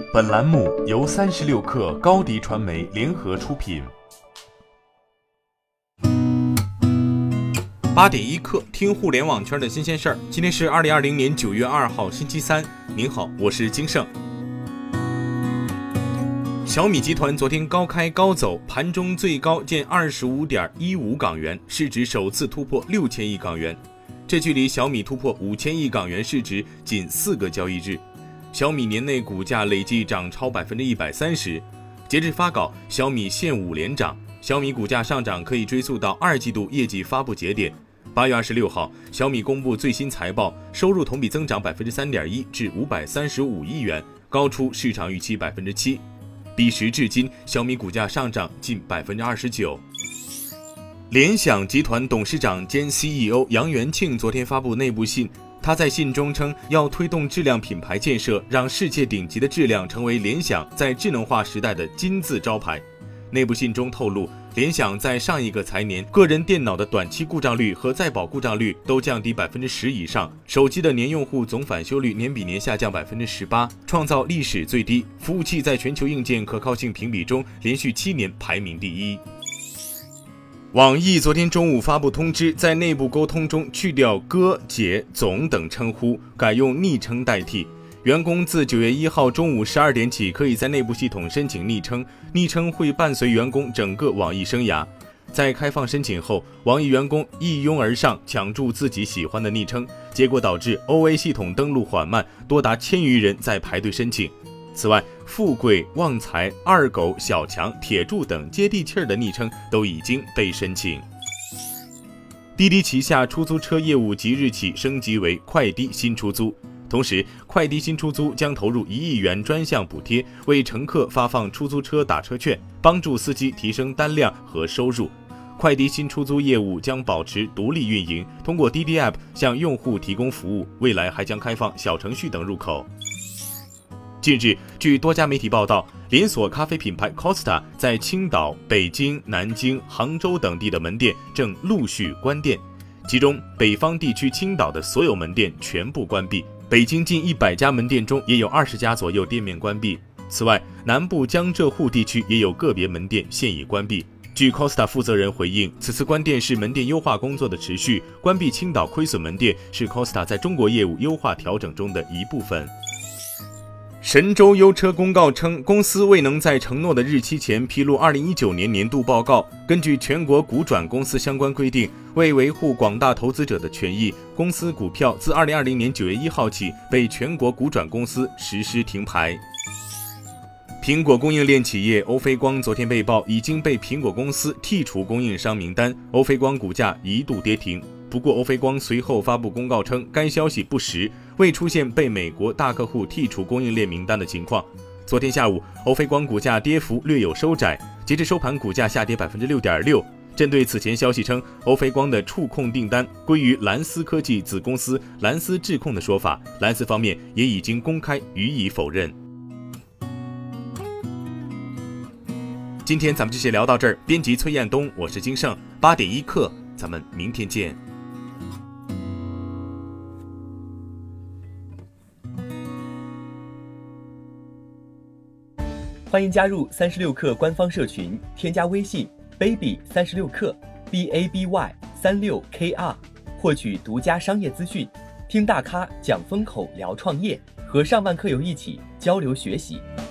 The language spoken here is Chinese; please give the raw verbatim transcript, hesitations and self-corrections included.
本栏目由三十六氪高迪传媒联合出品。 八点一刻，听互联网圈的新鲜事儿。今天是二零二零年九月二号，星期三。您好，我是金盛。小米集团昨天高开高走，盘中最高见二十五点一五港元，市值首次突破六千亿港元，这距离小米突破五千亿港元市值仅四个交易日。小米年内股价累计涨超百分之一百三十。截至发稿，小米现五连涨。小米股价上涨可以追溯到二季度业绩发布节点。八月二十六号，小米公布最新财报，收入同比增长百分之三点一至五百三十五亿元，高出市场预期百分之七。彼时至今，小米股价上涨近百分之二十九。联想集团董事长兼 C E O 杨元庆昨天发布内部信。他在信中称，要推动质量品牌建设，让世界顶级的质量成为联想在智能化时代的金字招牌。内部信中透露，联想在上一个财年，个人电脑的短期故障率和在保故障率都降低百分之十以上，手机的年用户总返修率年比年下降百分之十八，创造历史最低。服务器在全球硬件可靠性评比中连续七年排名第一。网易昨天中午发布通知，在内部沟通中去掉哥、姐、总等称呼，改用昵称代替。员工自九月一号中午十二点起，可以在内部系统申请昵称，昵称会伴随员工整个网易生涯。在开放申请后，网易员工一拥而上，抢注自己喜欢的昵称，结果导致 O A 系统登录缓慢，多达千余人在排队申请。此外，富贵、旺财、二狗、小强、铁柱等接地气儿的昵称都已经被申请。滴滴旗下出租车业务即日起升级为快滴新出租，同时快滴新出租将投入一亿元专项补贴，为乘客发放出租车打车券，帮助司机提升单量和收入。快滴新出租业务将保持独立运营，通过滴滴 App 向用户提供服务，未来还将开放小程序等入口。近日，据多家媒体报道，连锁咖啡品牌 Costa 在青岛、北京、南京、杭州等地的门店正陆续关店，其中北方地区青岛的所有门店全部关闭，北京近一百家门店中也有二十家左右店面关闭。此外，南部江浙沪地区也有个别门店现已关闭。据 Costa 负责人回应，此次关店是门店优化工作的持续，关闭青岛亏损门店是 Costa 在中国业务优化调整中的一部分。神州优车公告称，公司未能在承诺的日期前披露二零一九年年度报告。根据全国股转公司相关规定，为维护广大投资者的权益，公司股票自二零二零年九月一号起被全国股转公司实施停牌。苹果供应链企业欧菲光昨天被曝已经被苹果公司剔除供应商名单，欧菲光股价一度跌停。不过欧菲光随后发布公告称，该消息不实，未出现被美国大客户剔除供应链名单的情况。昨天下午，欧菲光股价跌幅略有收窄，截至收盘股价下跌百分之六点六。针对此前消息称欧菲光的触控订单归于蓝思科技子公司蓝思智控的说法，蓝思方面也已经公开予以否认。今天咱们就先聊到这儿，编辑崔彦东，我是金盛，八点一刻，咱们明天见。 欢迎加入三十六氪官方社群，添加微信 baby 三十六氪 b a b y 三六 k r， 获取独家商业资讯，听大咖讲风口，聊创业，和上万客友一起交流学习。